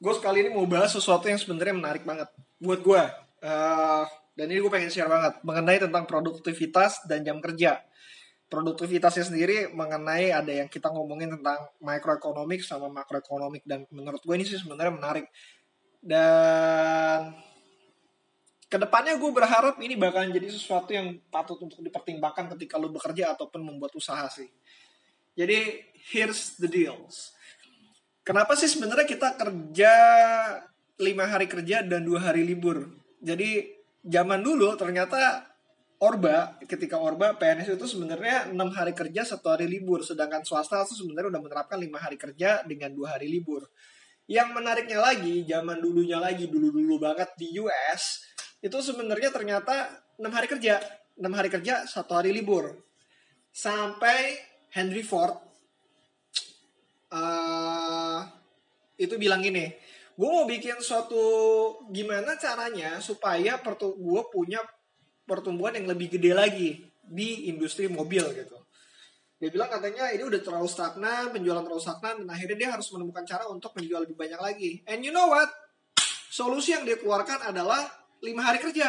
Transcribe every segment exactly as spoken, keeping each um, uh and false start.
gue sekali ini mau bahas sesuatu yang sebenarnya menarik banget buat gue. Uh, dan ini gue pengen share banget mengenai tentang produktivitas dan jam kerja. Produktivitasnya sendiri mengenai ada yang kita ngomongin tentang microeconomics sama macroeconomic, dan menurut gue ini sih sebenarnya menarik. Dan kedepannya gue berharap ini bakalan jadi sesuatu yang patut untuk dipertimbangkan ketika lo bekerja ataupun membuat usaha sih. Jadi here's the deals. Kenapa sih sebenarnya kita kerja lima hari kerja dan dua hari libur? Jadi zaman dulu ternyata Orba, ketika Orba P N S itu sebenarnya enam hari kerja satu hari libur, sedangkan swasta itu sebenarnya udah menerapkan lima hari kerja dengan dua hari libur. Yang menariknya lagi, zaman dulunya lagi, dulu-dulu banget di U S, itu sebenarnya ternyata enam hari kerja, enam hari kerja satu hari libur. Sampai Henry Ford Uh, itu bilang gini, gue mau bikin suatu gimana caranya supaya pertu- gue punya pertumbuhan yang lebih gede lagi di industri mobil gitu. Dia bilang katanya ini udah terlalu stagnan, penjualan terlalu stagnan, dan akhirnya dia harus menemukan cara untuk menjual lebih banyak lagi. And you know what? Solusi yang dia keluarkan adalah lima hari kerja.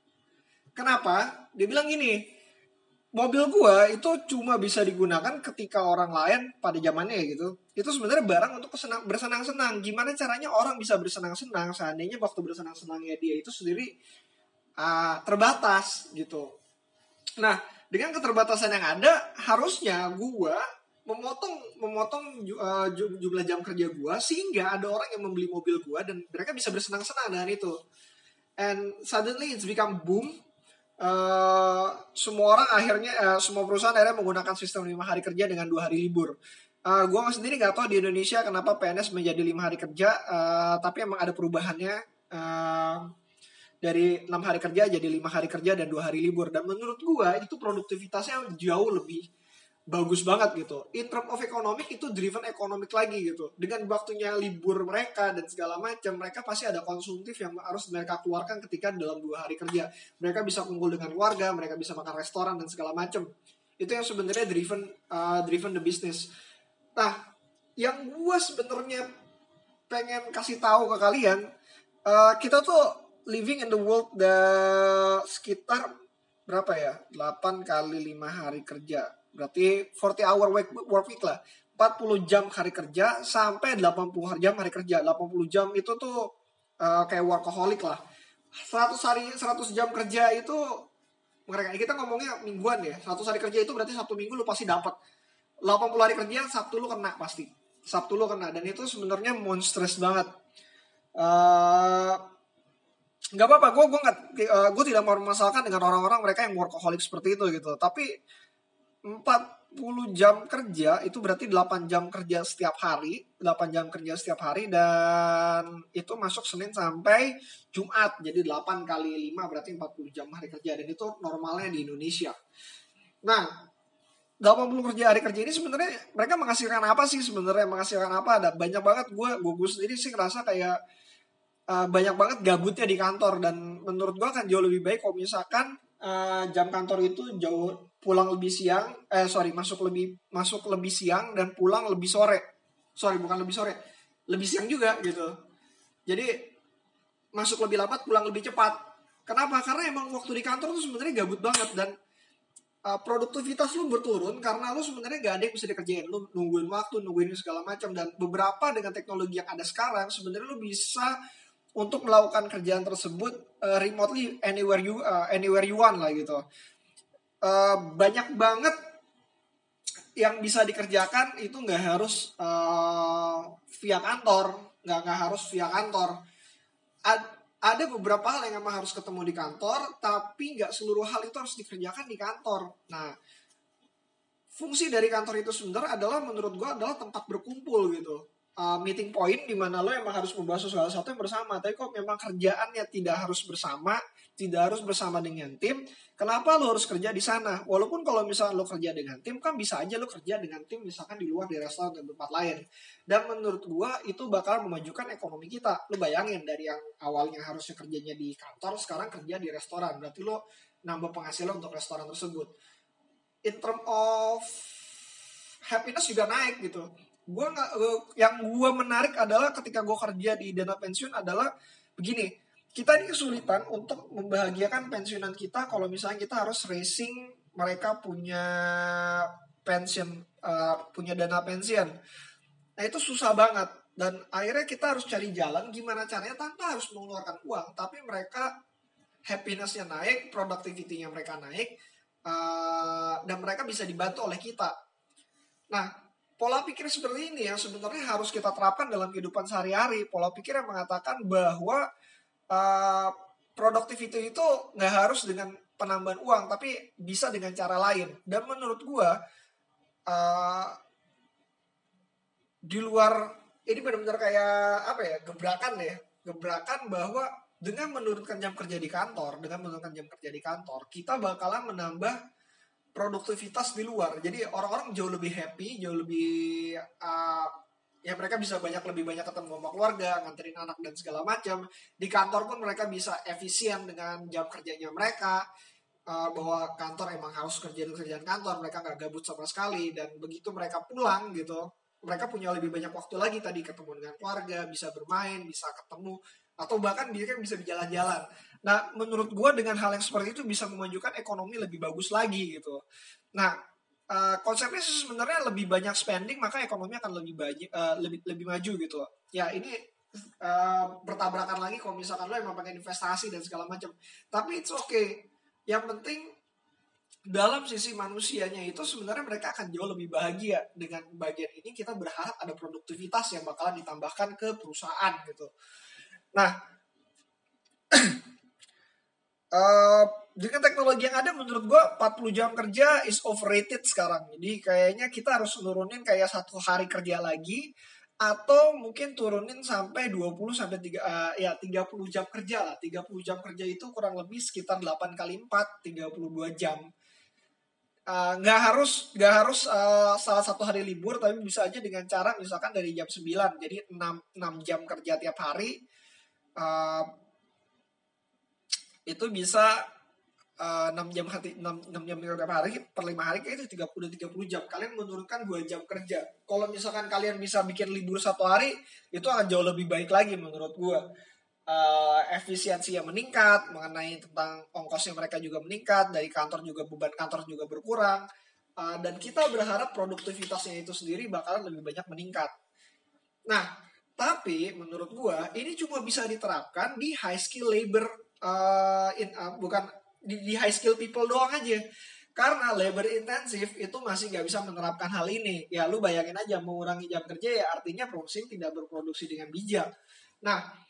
Kenapa? Dia bilang gini, mobil gua itu cuma bisa digunakan ketika orang lain pada zamannya gitu. Itu sebenarnya barang untuk kesenang, bersenang-senang. Gimana caranya orang bisa bersenang-senang seandainya waktu bersenang-senangnya dia itu sendiri uh, terbatas gitu. Nah, dengan keterbatasan yang ada, harusnya gua memotong memotong uh, jumlah jam kerja gua sehingga ada orang yang membeli mobil gua dan mereka bisa bersenang-senang dengan itu. And suddenly it's become boom. Uh, semua orang akhirnya uh, semua perusahaan akhirnya menggunakan sistem lima hari kerja dengan dua hari libur. Uh, gue sendiri nggak tahu di Indonesia kenapa P N S menjadi lima hari kerja, uh, tapi emang ada perubahannya uh, dari enam hari kerja jadi lima hari kerja dan dua hari libur. Dan menurut gue itu produktivitasnya jauh lebih bagus banget gitu. In term of economic itu driven economic lagi gitu. Dengan waktunya libur mereka dan segala macam, mereka pasti ada konsumtif yang harus mereka keluarkan ketika dalam dua hari kerja. Mereka bisa kumpul dengan keluarga, mereka bisa makan restoran dan segala macam. Itu yang sebenarnya driven uh, driven the business. Nah, yang gue sebenarnya pengen kasih tahu ke kalian, uh, kita tuh living in the world the sekitar berapa ya? delapan kali lima hari kerja. Berarti empat puluh hour work, work week lah. empat puluh jam hari kerja sampai delapan puluh jam hari kerja. delapan puluh jam itu tuh uh, kayak workaholic lah. seratus hari seratus jam kerja itu mereka kita ngomongnya mingguan ya. seratus hari kerja itu berarti Sabtu Minggu lu pasti dapat. delapan puluh hari kerja Sabtu lu kena pasti. Sabtu lu kena, dan itu sebenarnya monstrous banget. Uh, Gak apa-apa, gue gue nggak uh, gue tidak mau memasalahkan dengan orang-orang mereka yang workaholic seperti itu gitu. Tapi empat puluh jam kerja itu berarti delapan jam kerja setiap hari, delapan jam kerja setiap hari, dan itu masuk Senin sampai Jumat. Jadi delapan kali lima berarti empat puluh jam hari kerja, dan itu normalnya di Indonesia. Nah, delapan puluh kerja hari kerja ini sebenarnya mereka menghasilkan apa sih sebenarnya? Menghasilkan apa? Ada banyak banget. Gue gue sendiri sih ngerasa kayak uh, banyak banget gabutnya di kantor, dan menurut gue akan jauh lebih baik kalau misalkan uh, jam kantor itu jauh pulang lebih siang, eh sorry masuk lebih masuk lebih siang dan pulang lebih sore. Sorry bukan lebih sore, lebih siang juga gitu. Jadi masuk lebih lambat, pulang lebih cepat. Kenapa? Karena emang waktu di kantor tuh sebenarnya gabut banget, dan uh, produktivitas lu berturun karena lu sebenarnya gak ada yang bisa dikerjain. Lu nungguin waktu, nungguin segala macam, dan beberapa dengan teknologi yang ada sekarang sebenarnya lu bisa untuk melakukan kerjaan tersebut uh, remotely anywhere you uh, anywhere you want lah gitu. Uh, banyak banget yang bisa dikerjakan itu nggak harus uh, via kantor, nggak nggak harus via kantor. Ad, ada beberapa hal yang memang harus ketemu di kantor, tapi nggak seluruh hal itu harus dikerjakan di kantor. Nah, fungsi dari kantor itu sebenarnya adalah menurut gue adalah tempat berkumpul gitu. Uh, meeting point di mana lo emang harus membahas segala sesuatu yang bersama. Tapi kok memang kerjaannya tidak harus bersama, tidak harus bersama dengan tim, kenapa lo harus kerja di sana? Walaupun kalau misalnya lo kerja dengan tim, kan bisa aja lo kerja dengan tim misalkan di luar, di restoran dan tempat lain. Dan menurut gua itu bakal memajukan ekonomi kita. Lo bayangin dari yang awalnya harusnya kerjanya di kantor, sekarang kerja di restoran. Berarti lo nambah penghasilan untuk restoran tersebut. In term of happiness juga naik gitu. Gue nggak, yang gue menarik adalah ketika gue kerja di dana pensiun adalah begini, kita ini kesulitan untuk membahagiakan pensiunan kita kalau misalnya kita harus racing mereka punya pensiun, uh, punya dana pensiun. Nah itu susah banget, dan akhirnya kita harus cari jalan gimana caranya tanpa harus mengeluarkan uang, tapi mereka happiness-nya naik, productivity-nya mereka naik, uh, dan mereka bisa dibantu oleh kita. Nah, pola pikir seperti ini yang sebenarnya harus kita terapkan dalam kehidupan sehari-hari. Pola pikir yang mengatakan bahwa uh, productivity itu nggak harus dengan penambahan uang, tapi bisa dengan cara lain. Dan menurut gue, uh, di luar ini benar-benar kayak apa ya, gebrakan ya, gebrakan bahwa dengan menurunkan jam kerja di kantor, dengan menurunkan jam kerja di kantor, kita bakalan menambah produktivitas di luar. Jadi orang-orang jauh lebih happy, jauh lebih uh, ya mereka bisa banyak lebih banyak ketemu sama keluarga, nganterin anak dan segala macam. Di kantor pun mereka bisa efisien dengan jam kerjanya mereka. Uh, bahwa kantor emang harus kerjaan kerjaan kantor, mereka nggak gabut sama sekali, dan begitu mereka pulang gitu, mereka punya lebih banyak waktu lagi tadi ketemu dengan keluarga, bisa bermain, bisa ketemu, atau bahkan dia kan bisa berjalan-jalan. Nah, menurut gue dengan hal yang seperti itu bisa memajukan ekonomi lebih bagus lagi gitu. Nah, uh, konsepnya sebenarnya lebih banyak spending maka ekonomi akan lebih banyak, uh, lebih lebih maju gitu. Ya ini uh, bertabrakan lagi kalau misalkan lo emang pengen investasi dan segala macam. Tapi it's okay. Yang penting dalam sisi manusianya itu sebenarnya mereka akan jauh lebih bahagia. Dengan bagian ini kita berharap ada produktivitas yang bakalan ditambahkan ke perusahaan gitu. Nah, uh, dengan teknologi yang ada menurut gue empat puluh jam kerja is overrated sekarang. Jadi kayaknya kita harus nurunin kayak satu hari kerja lagi, atau mungkin turunin sampai dua puluh sampai tiga uh, ya tiga puluh jam kerja lah. tiga puluh jam kerja itu kurang lebih sekitar delapan kali empat, tiga puluh dua jam. Nggak uh, harus nggak harus uh, salah satu hari libur, tapi bisa aja dengan cara misalkan dari jam sembilan, jadi enam, enam jam kerja tiap hari. Uh, itu bisa uh, enam jam hati, enam, enam jam tiap hari per lima hari kayak itu tiga puluh tiga puluh jam. Kalian menurunkan dua jam kerja. Kalau misalkan kalian bisa bikin libur satu hari, itu akan jauh lebih baik lagi menurut gue. Uh, efisiensi yang meningkat, mengenai tentang ongkosnya mereka juga meningkat, dari kantor juga beban kantor juga berkurang, uh, dan kita berharap produktivitasnya itu sendiri bakalan lebih banyak meningkat. Nah, tapi menurut gua ini cuma bisa diterapkan di high skill labor, uh, in, uh, bukan di, di high skill people doang aja. Karena labor intensif itu masih nggak bisa menerapkan hal ini. Ya lu bayangin aja, mengurangi jam kerja ya artinya perusahaan tidak berproduksi dengan bijak. Nah,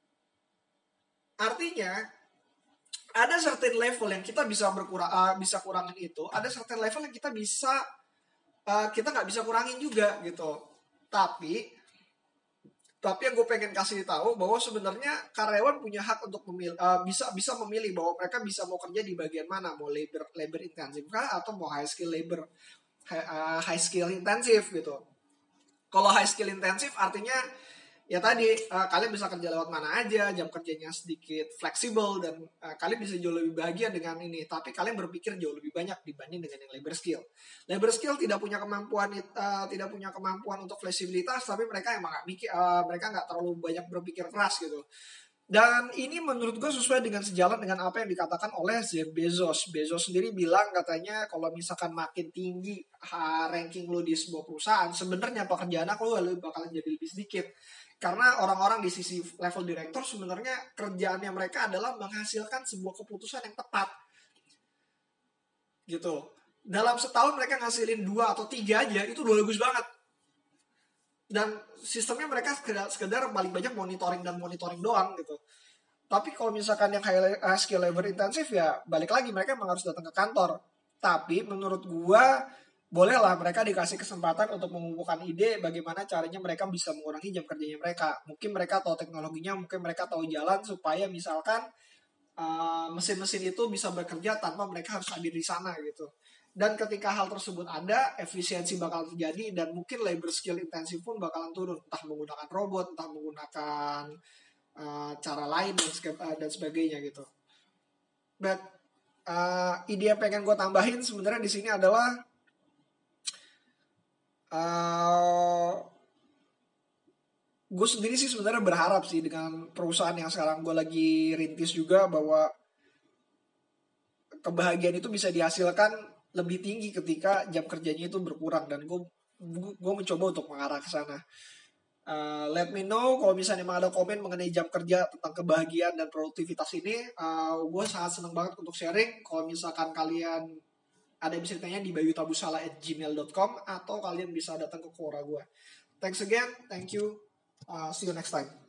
artinya ada certain level yang kita bisa berkurang, uh, bisa kurangin itu. Ada certain level yang kita bisa uh, kita nggak bisa kurangin juga gitu. Tapi tapi yang gue pengen kasih tahu bahwa sebenarnya karyawan punya hak untuk memilih, uh, bisa bisa memilih bahwa mereka bisa mau kerja di bagian mana, mau labor labor intensif kah atau mau high skill labor, high, uh, high skill intensif gitu. Kalau high skill intensif artinya ya tadi uh, kalian bisa kerja lewat mana aja, jam kerjanya sedikit fleksibel, dan uh, kalian bisa jauh lebih bahagia dengan ini. Tapi kalian berpikir jauh lebih banyak dibanding dengan yang labor skill. Labor skill tidak punya kemampuan uh, tidak punya kemampuan untuk fleksibilitas, tapi mereka emang nggak mikir, uh, mereka nggak terlalu banyak berpikir keras gitu. Dan ini menurut gue sesuai dengan sejalan dengan apa yang dikatakan oleh Jeff Bezos. Bezos sendiri bilang katanya kalau misalkan makin tinggi ha, ranking lo di sebuah perusahaan, sebenarnya pekerjaan aku lo bakalan jadi lebih sedikit. Karena orang-orang di sisi level direktur sebenarnya kerjaannya mereka adalah menghasilkan sebuah keputusan yang tepat. Gitu. Dalam setahun mereka ngasilin dua atau tiga aja, itu udah bagus banget. Dan sistemnya mereka sekedar, sekedar paling banyak monitoring dan monitoring doang gitu. Tapi kalau misalkan yang high skill labor intensif ya balik lagi mereka memang harus datang ke kantor. Tapi menurut gua bolehlah mereka dikasih kesempatan untuk mengumpulkan ide bagaimana caranya mereka bisa mengurangi jam kerjanya mereka. Mungkin mereka tahu teknologinya, mungkin mereka tahu jalan supaya misalkan uh, mesin-mesin itu bisa bekerja tanpa mereka harus hadir di sana gitu. Dan ketika hal tersebut ada, efisiensi bakal terjadi dan mungkin labor skill intensif pun bakalan turun. Entah menggunakan robot, entah menggunakan uh, cara lain dan, uh, dan sebagainya gitu. But uh, ide yang pengen gue tambahin sebenarnya di sini adalah uh, gue sendiri sih sebenarnya berharap sih dengan perusahaan yang sekarang gue lagi rintis juga, bahwa kebahagiaan itu bisa dihasilkan lebih tinggi ketika jam kerjanya itu berkurang, dan gue gue mencoba untuk mengarah ke sana. Uh, let me know kalau misalnya emang ada komen mengenai jam kerja tentang kebahagiaan dan produktivitas ini. Uh, gue sangat senang banget untuk sharing. Kalau misalkan kalian ada yang bisa ditanya di bayutabusala at gmail dot com, atau kalian bisa datang ke Quora gue. Thanks again, thank you, uh, see you next time.